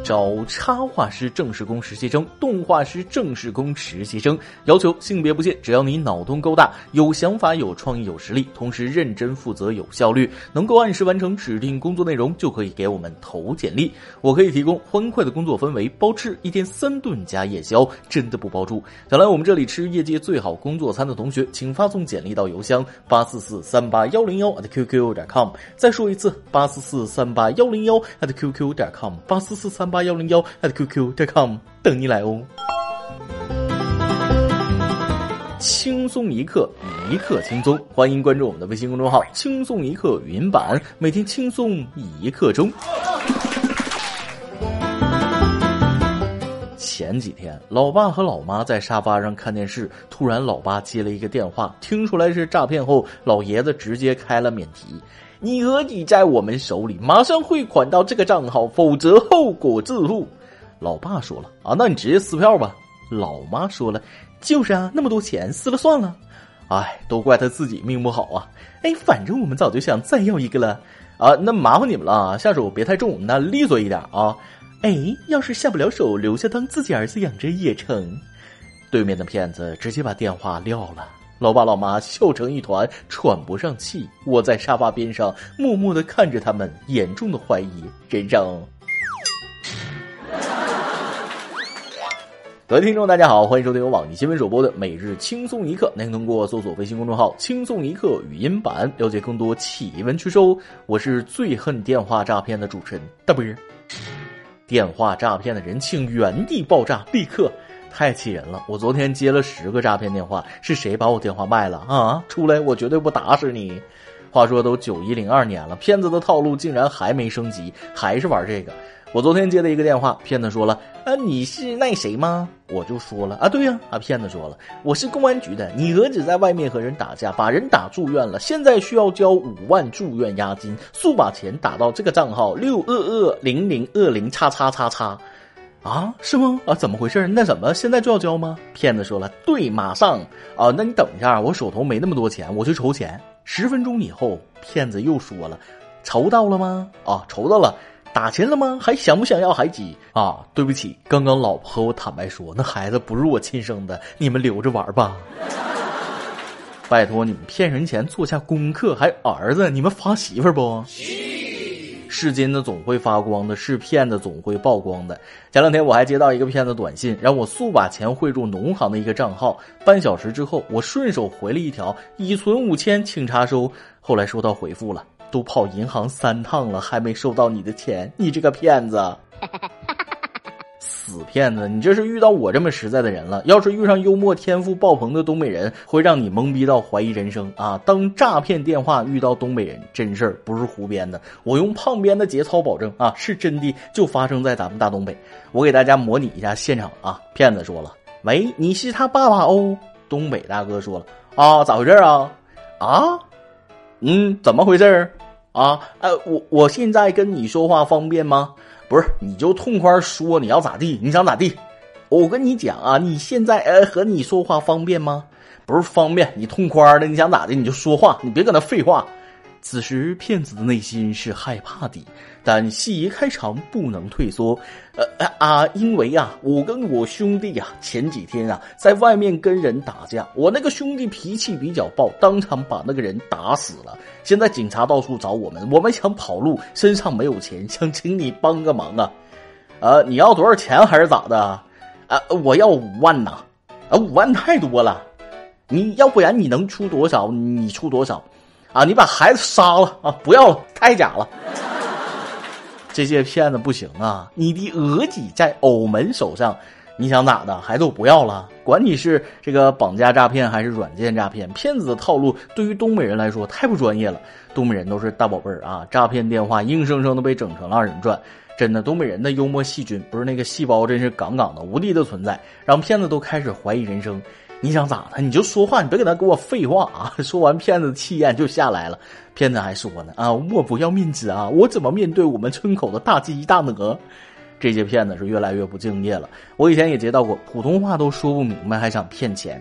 招插画师正式工实习生、动画师正式工实习生，要求性别不限，只要你脑洞够大、有想法、有创意、有实力，同时认真负责、有效率，能够按时完成指定工作内容，就可以给我们投简历。我可以提供欢快的工作氛围，包吃1天3顿加夜宵，真的不包住。想来我们这里吃业界最好工作餐的同学，请发送简历到邮箱844381001@qq.com。再说一次，844381001@qq.com。844381001@qq.com 等你来哦。轻松一刻，一刻轻松，欢迎关注我们的微信公众号轻松一刻语音版，每天轻松1刻钟。前几天老爸和老妈在沙发上看电视，突然老爸接了一个电话，听出来是诈骗后，老爷子直接开了免提，你额已在我们手里，马上汇款到这个账号，否则后果自负。老爸说了啊，那你直接撕票吧。老妈说了，就是啊，那么多钱撕了算了。哎，都怪他自己命不好啊。哎，反正我们早就想再要一个了啊，那麻烦你们了啊，下手别太重，那利索一点啊。哎，要是下不了手，留下当自己儿子养着也成。对面的骗子直接把电话撂了。老爸老妈笑成一团，喘不上气。我在沙发边上默默地看着他们，严重的怀疑人生。各位听众大家好，欢迎收听由网易新闻首播的每日轻松一刻，您通过搜索微信公众号轻松一刻语音版了解更多奇闻趣事。我是最恨电话诈骗的主持人大波儿。电话诈骗的人请原地爆炸，立刻，太气人了。我昨天接了10个诈骗电话，是谁把我电话卖了啊？出来，我绝对不打死你。话说都9102年了，骗子的套路竟然还没升级，还是玩这个。我昨天接的一个电话，骗子说了你是那谁吗？我就说了对呀。骗子说了，我是公安局的，你儿子在外面和人打架，把人打住院了，现在需要交5万住院押金，速把钱打到这个账号6220020XX。啊，是吗？怎么回事？那怎么现在就要交吗？骗子说了，对，马上那你等一下，我手头没那么多钱，我去筹钱。10分钟以后，骗子又说了，筹到了吗？筹到了。打钱了吗？还想不想要孩子对不起，刚刚老婆和我坦白说，那孩子不是我亲生的，你们留着玩吧。拜托你们骗人钱做下功课，还儿子，你们发媳妇不？是金的总会发光的，是骗子总会曝光的。前2天我还接到一个骗子短信，让我速把钱汇入农行的一个账号。半小时之后，我顺手回了一条已存5000，请查收。后来收到回复了，都跑银行3趟了，还没收到你的钱，你这个骗子。死骗子，你这是遇到我这么实在的人了。要是遇上幽默天赋爆棚的东北人，会让你懵逼到怀疑人生啊！当诈骗电话遇到东北人，真事儿，不是胡编的。我用胖编的节操保证是真的，就发生在咱们大东北。我给大家模拟一下现场骗子说了，喂，你是他爸爸哦。东北大哥说了咋回事怎么回事我现在跟你说话方便吗？不是，你就痛快说你要咋地，你想咋地。我跟你讲你现在和你说话方便吗？不是方便，你痛快的，你想咋的你就说话，你别搁那废话。此时骗子的内心是害怕的，但戏一开场不能退缩。因为我跟我兄弟前几天在外面跟人打架，我那个兄弟脾气比较暴，当场把那个人打死了。现在警察到处找我们想跑路，身上没有钱，想请你帮个忙你要多少钱还是咋的我要5万呐5万太多了，你要不然你能出多少你出多少你把孩子杀了不要了，太假了。这些骗子不行你的额己在欧门手上，你想咋的？孩子我不要了。管你是这个绑架诈骗还是软件诈骗，骗子的套路对于东北人来说太不专业了。东北人都是大宝贝儿诈骗电话硬生生的被整成了2人转。真的，东北人的幽默细菌不是那个细胞，真是杠杠的无敌的存在，让骗子都开始怀疑人生。你想咋的？你就说话，你别给他给我废话说完，骗子气焰就下来了。骗子还说呢我不要面子我怎么面对我们村口的大鸡大鹅？这些骗子是越来越不敬业了。我以前也接到过，普通话都说不明白还想骗钱。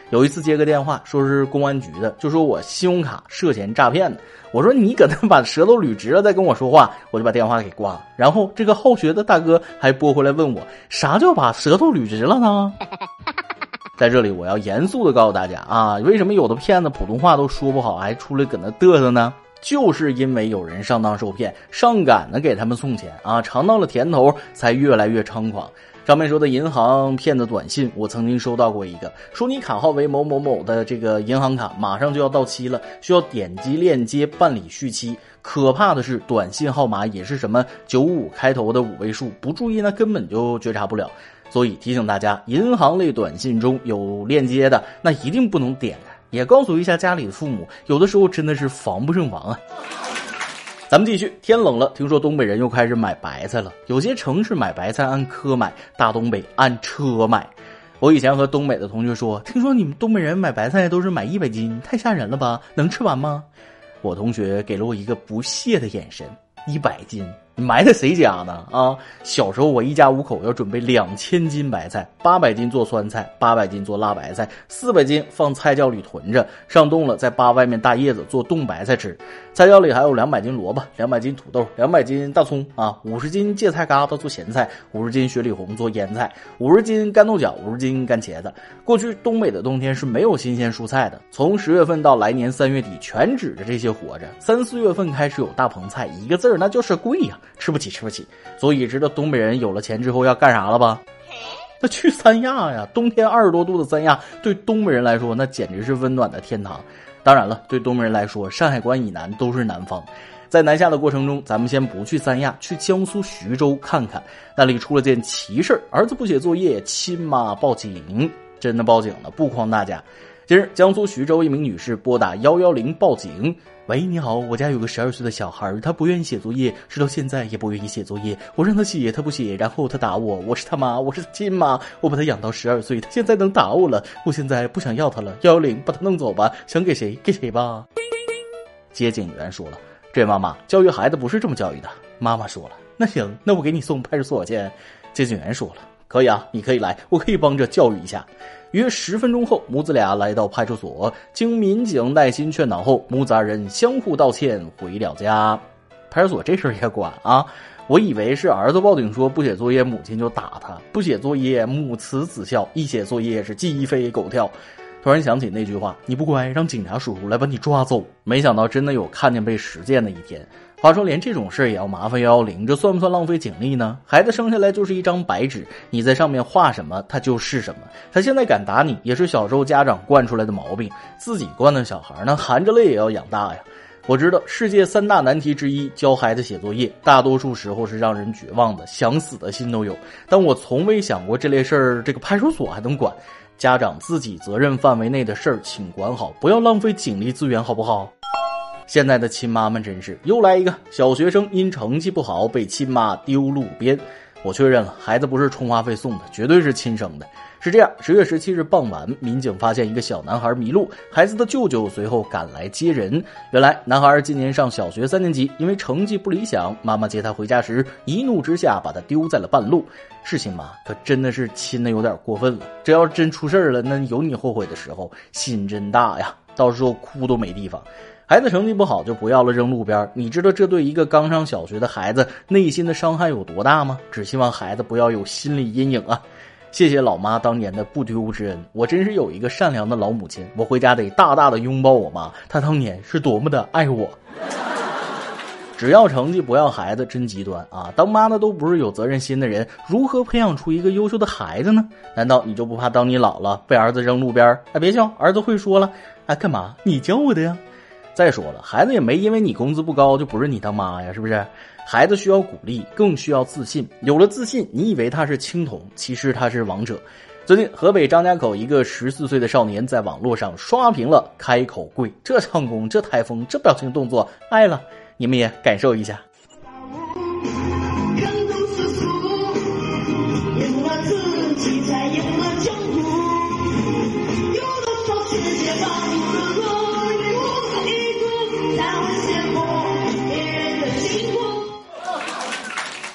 有一次接个电话，说是公安局的，就说我信用卡涉嫌诈骗的。我说你搁那把舌头捋直了再跟我说话，我就把电话给挂了。然后这个好学的大哥还拨回来问我，啥叫把舌头捋直了呢？在这里我要严肃的告诉大家啊，为什么有的骗子普通话都说不好还出来搁那嘚瑟呢？就是因为有人上当受骗，上赶着给他们送钱啊，尝到了甜头才越来越猖狂。上面说的银行骗子短信，我曾经收到过一个，说你卡号为某某某的这个银行卡马上就要到期了，需要点击链接办理续期。可怕的是短信号码也是什么95开头的5位数，不注意那根本就觉察不了。所以提醒大家，银行类短信中有链接的那一定不能点开。也告诉一下家里的父母，有的时候真的是防不胜防啊。咱们继续，天冷了，听说东北人又开始买白菜了。有些城市买白菜按颗买，大东北按车买。我以前和东北的同学说，听说你们东北人买白菜都是买100斤，太吓人了吧？能吃完吗？我同学给了我一个不屑的眼神，100斤，你埋汰谁家呢？啊！小时候我一家5口要准备2000斤白菜，800斤做酸菜，800斤做辣白菜，400斤放菜窖里囤着，上冻了再扒外面大叶子做冻白菜吃。菜窖里还有200斤萝卜，200斤土豆，200斤大葱啊，50斤芥菜疙瘩做咸菜，50斤雪里红做腌菜，50斤干豆角，50斤干茄子。过去东北的冬天是没有新鲜蔬菜的，从10月份到来年3月底全指着这些活着。3、4月份开始有大棚菜，一个字儿那就是贵呀，吃不起。所以知道东北人有了钱之后要干啥了吧？那去三亚呀，冬天20多度的三亚对东北人来说那简直是温暖的天堂。当然了，对东北人来说，山海关以南都是南方。在南下的过程中，咱们先不去三亚，去江苏徐州看看，那里出了件奇事，儿子不写作业，亲妈报警，真的报警了，不诓大家。近日，江苏徐州一名女士拨打110报警，喂，你好，我家有个12岁的小孩，他不愿意写作业，直到现在也不愿意写作业，我让他写他不写，然后他打我，我是他妈，我是他亲妈，我把他养到12岁，他现在能打我了，我现在不想要他了，110把他弄走吧，想给谁给谁吧。接警员说了，这妈妈教育孩子不是这么教育的。妈妈说了，那行，那我给你送派出所去。接警员说了，可以啊，你可以来，我可以帮着教育一下。约10分钟后，母子俩来到派出所，经民警耐心劝导后，母子2人相互道歉，回了家。派出所这事儿也管啊？我以为是儿子报警说不写作业，母亲就打他；不写作业，母慈子孝；一写作业是鸡飞狗跳。突然想起那句话，你不乖，让警察叔叔来把你抓走。没想到真的有看见被实践的一天。话说连这种事也要麻烦110，这算不算浪费警力呢？孩子生下来就是一张白纸，你在上面画什么他就是什么。他现在敢打你，也是小时候家长惯出来的毛病，自己惯的小孩那含着泪也要养大呀。我知道世界3大难题之一，教孩子写作业，大多数时候是让人绝望的，想死的心都有。但我从未想过这类事儿，这个派出所还能管。家长自己责任范围内的事儿，请管好，不要浪费警力资源，好不好？现在的亲妈们真是又来一个小学生因成绩不好被亲妈丢路边。我确认了，孩子不是充话费送的，绝对是亲生的。是这样，10月17日傍晚，民警发现一个小男孩迷路，孩子的舅舅随后赶来接人。原来男孩今年上小学3年级，因为成绩不理想，妈妈接他回家时一怒之下把他丢在了半路。是亲妈，可真的是亲的有点过分了。这要是真出事了，那有你后悔的时候，心真大呀，到时候哭都没地方。孩子成绩不好就不要了，扔路边，你知道这对一个刚上小学的孩子内心的伤害有多大吗？只希望孩子不要有心理阴影啊。谢谢老妈当年的不丢之恩，我真是有一个善良的老母亲，我回家得大大的拥抱我妈，她当年是多么的爱我。只要成绩不要孩子，真极端啊！当妈的都不是有责任心的人，如何培养出一个优秀的孩子呢？难道你就不怕当你老了被儿子扔路边？别笑，儿子会说了，干嘛？你教我的呀。再说了，孩子也没因为你工资不高就不是你当妈呀，是不是？孩子需要鼓励，更需要自信。有了自信，你以为他是青铜，其实他是王者。最近河北张家口一个14岁的少年在网络上刷屏了开口跪，这唱功，这台风，这表情动作，爱了，你们也感受一下。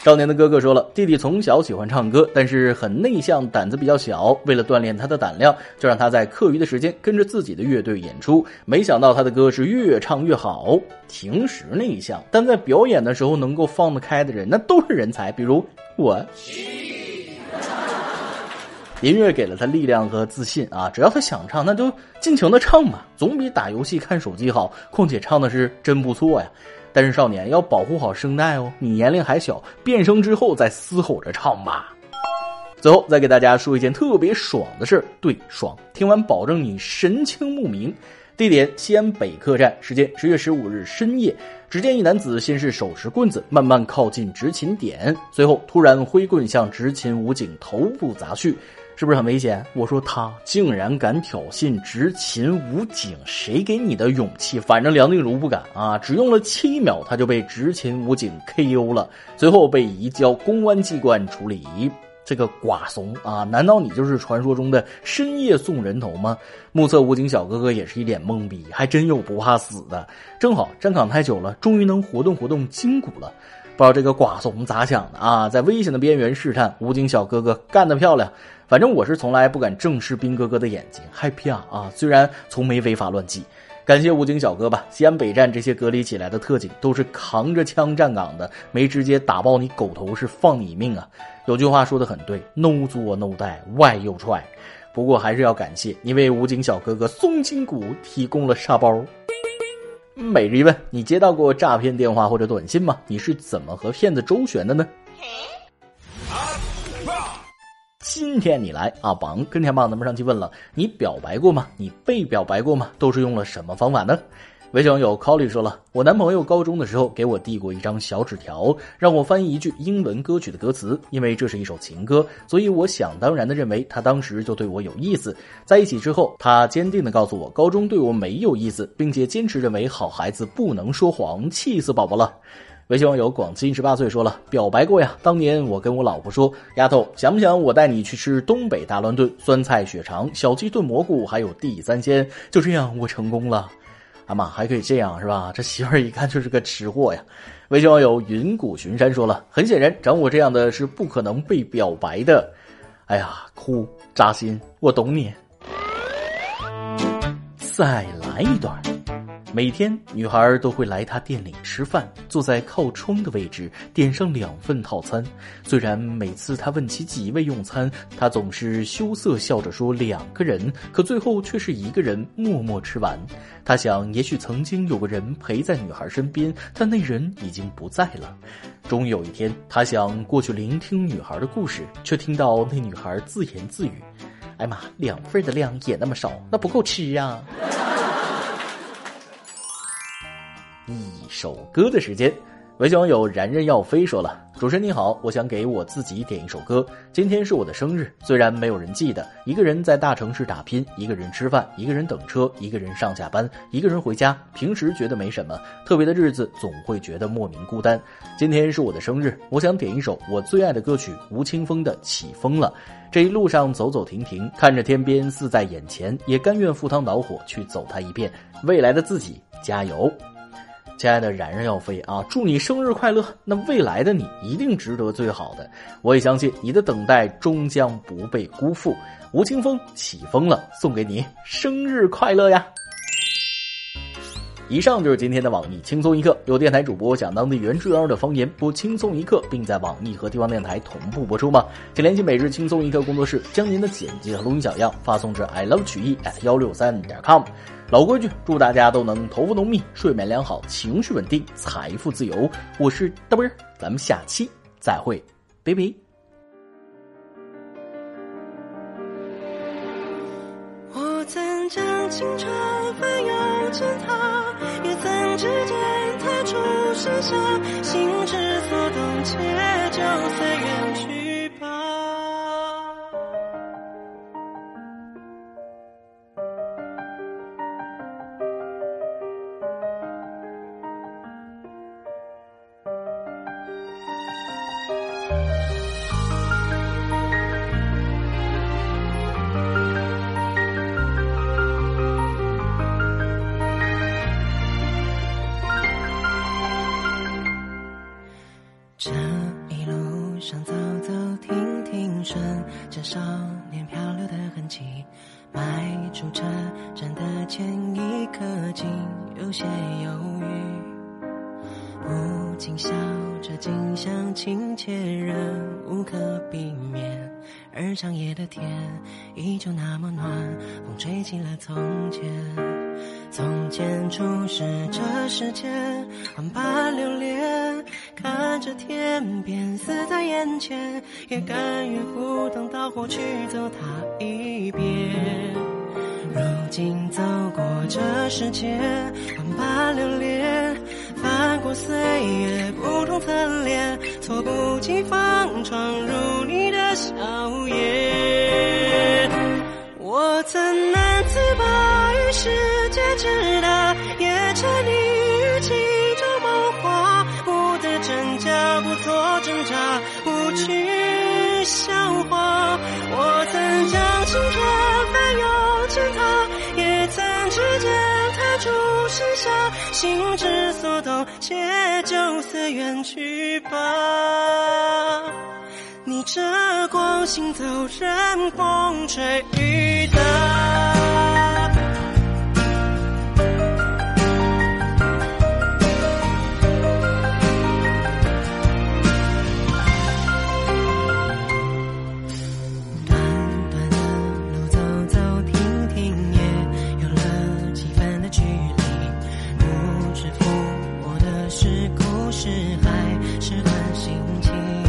少年的哥哥说了，弟弟从小喜欢唱歌，但是很内向，胆子比较小。为了锻炼他的胆量，就让他在课余的时间跟着自己的乐队演出。没想到他的歌是越唱越好。平时内向，但在表演的时候能够放得开的人，那都是人才。比如我。音乐给了他力量和自信啊！只要他想唱，那就尽情的唱吧，总比打游戏看手机好。况且唱的是真不错呀。但是少年要保护好声带哦，你年龄还小，变声之后再嘶吼着唱吧。最后再给大家说一件特别爽的事，对，爽！听完保证你神清目明。地点西安北客站，时间10月15日深夜。只见一男子先是手持棍子慢慢靠近执勤点，随后突然挥棍向执勤武警头部砸去。是不是很危险？我说他竟然敢挑衅执勤武警，谁给你的勇气？反正梁静茹不敢啊！只用了7秒，他就被执勤武警 KO 了，随后被移交公安机关处理。这个寡怂啊，难道你就是传说中的深夜送人头吗？目测武警小哥哥也是一脸懵逼，还真有不怕死的。正好站岗太久了，终于能活动活动筋骨了。不知道这个寡怂咋想的啊？在危险的边缘试探，武警小哥哥干得漂亮。反正我是从来不敢正视兵哥哥的眼睛，害怕啊！虽然从没违法乱纪。感谢武警小哥吧，西安北站这些隔离起来的特警都是扛着枪站岗的，没直接打爆你狗头是放你命啊！有句话说得很对 ，no 作 no die， 外又踹。不过还是要感谢你为武警小哥哥松筋骨提供了沙包。每日一问，你接到过诈骗电话或者短信吗？你是怎么和骗子周旋的呢？今天你来阿榜跟天榜，咱们上期问了，你表白过吗？你被表白过吗？都是用了什么方法呢？微信网友 Colly 说了，我男朋友高中的时候给我递过一张小纸条，让我翻译一句英文歌曲的歌词，因为这是一首情歌，所以我想当然的认为他当时就对我有意思。在一起之后，他坚定地告诉我高中对我没有意思，并且坚持认为好孩子不能说谎，气死宝宝了。微信网友广清18岁说了，表白过呀，当年我跟我老婆说，丫头想不想我带你去吃东北大乱炖、酸菜血肠、小鸡炖蘑菇还有地三鲜，就这样我成功了。阿妈还可以这样是吧？这媳妇儿一看就是个吃货呀。微信网友云谷巡山说了，很显然长我这样的是不可能被表白的。哎呀，哭扎心，我懂你。再来一段。每天女孩都会来他店里吃饭，坐在靠窗的位置，点上2份套餐。虽然每次他问起几位用餐，他总是羞涩笑着说2个人，可最后却是1个人默默吃完。他想也许曾经有个人陪在女孩身边，但那人已经不在了。终于有一天，他想过去聆听女孩的故事，却听到那女孩自言自语，哎妈，2份的量也那么少，那不够吃啊。一首歌的时间，微信网友然然耀飞说了，主持人你好，我想给我自己点一首歌，今天是我的生日，虽然没有人记得，一个人在大城市打拼，一个人吃饭，一个人等车，一个人上下班，一个人回家，平时觉得没什么，特别的日子总会觉得莫名孤单。今天是我的生日，我想点一首我最爱的歌曲吴青峰的《起风了》，这一路上走走停停，看着天边似在眼前，也甘愿赴汤蹈火去走它一遍，未来的自己加油。亲爱的然然耀飞啊，祝你生日快乐！那未来的你一定值得最好的，我也相信你的等待终将不被辜负。吴青峰起风了，送给你，生日快乐呀！以上就是今天的网易轻松一刻，有电台主播讲当地原汁原味的方言，播轻松一刻，并在网易和地方电台同步播出吗？请联系每日轻松一刻工作室，将您的简介和录音小样发送至 iLoveChüyi@163.com。老规矩，祝大家都能头发浓密，睡眠良好，情绪稳定，财富自由。我是大波儿，咱们下期再会，拜拜。 我曾将青春翻涌成她，也曾指尖弹出盛夏，心之所动，且就随缘去吧。 上走走停停，顺着少年漂流的痕迹，迈出车站的前一刻，竟有些犹豫。不禁笑着，景象亲切，人无可避免。而长夜的天依旧那么暖，风吹起了从前。从前初识这世间，万般流连，看着天边死在眼前，也甘愿赴汤蹈火去走它一遍。如今走过这世间，万般流连，翻过岁月不同侧脸，措不及防闯入你的笑颜。我曾难自拔于世界之大，也沉溺于其中梦话，不得真假，不做挣扎，不去笑话。我曾将青春翻涌践踏，也曾指尖弹出盛夏，心之所动，且就此远去吧。逆着光行走，任风吹雨打。短短的路走走停停，也有了几分的距离，不知抚摸的是苦是爱，是欢心情。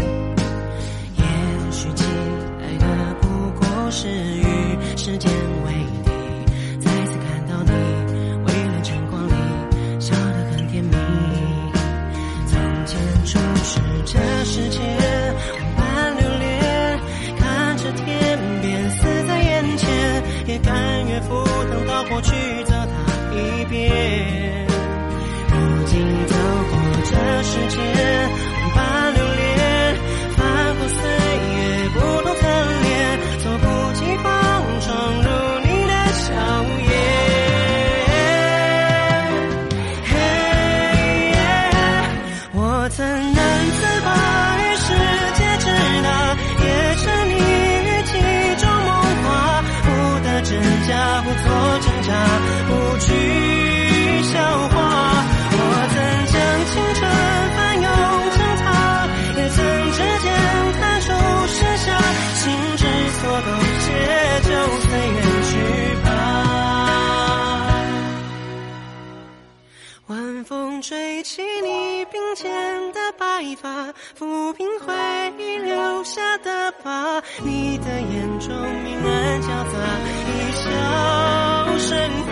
是与时间为敌，再次看到你，微亮晨光里，笑得很甜蜜。从前初识这世界，万般流连，看着天边死在眼前，也甘愿赴汤蹈火去走它一遍。如今走过这世界，万般流连，翻过岁月不同侧脸，措不及防闯入你的笑颜。我曾难自拔于世界之大，也沉溺于其中梦话，不得真假，不做挣扎，不去笑话。我曾将青春翻涌成塔，也曾指尖弹出盛夏，心之所动，且就随缘去吧。晚风吹起你鬓间的白发，抚平回忆留下的疤，你的眼中明暗交杂，一笑生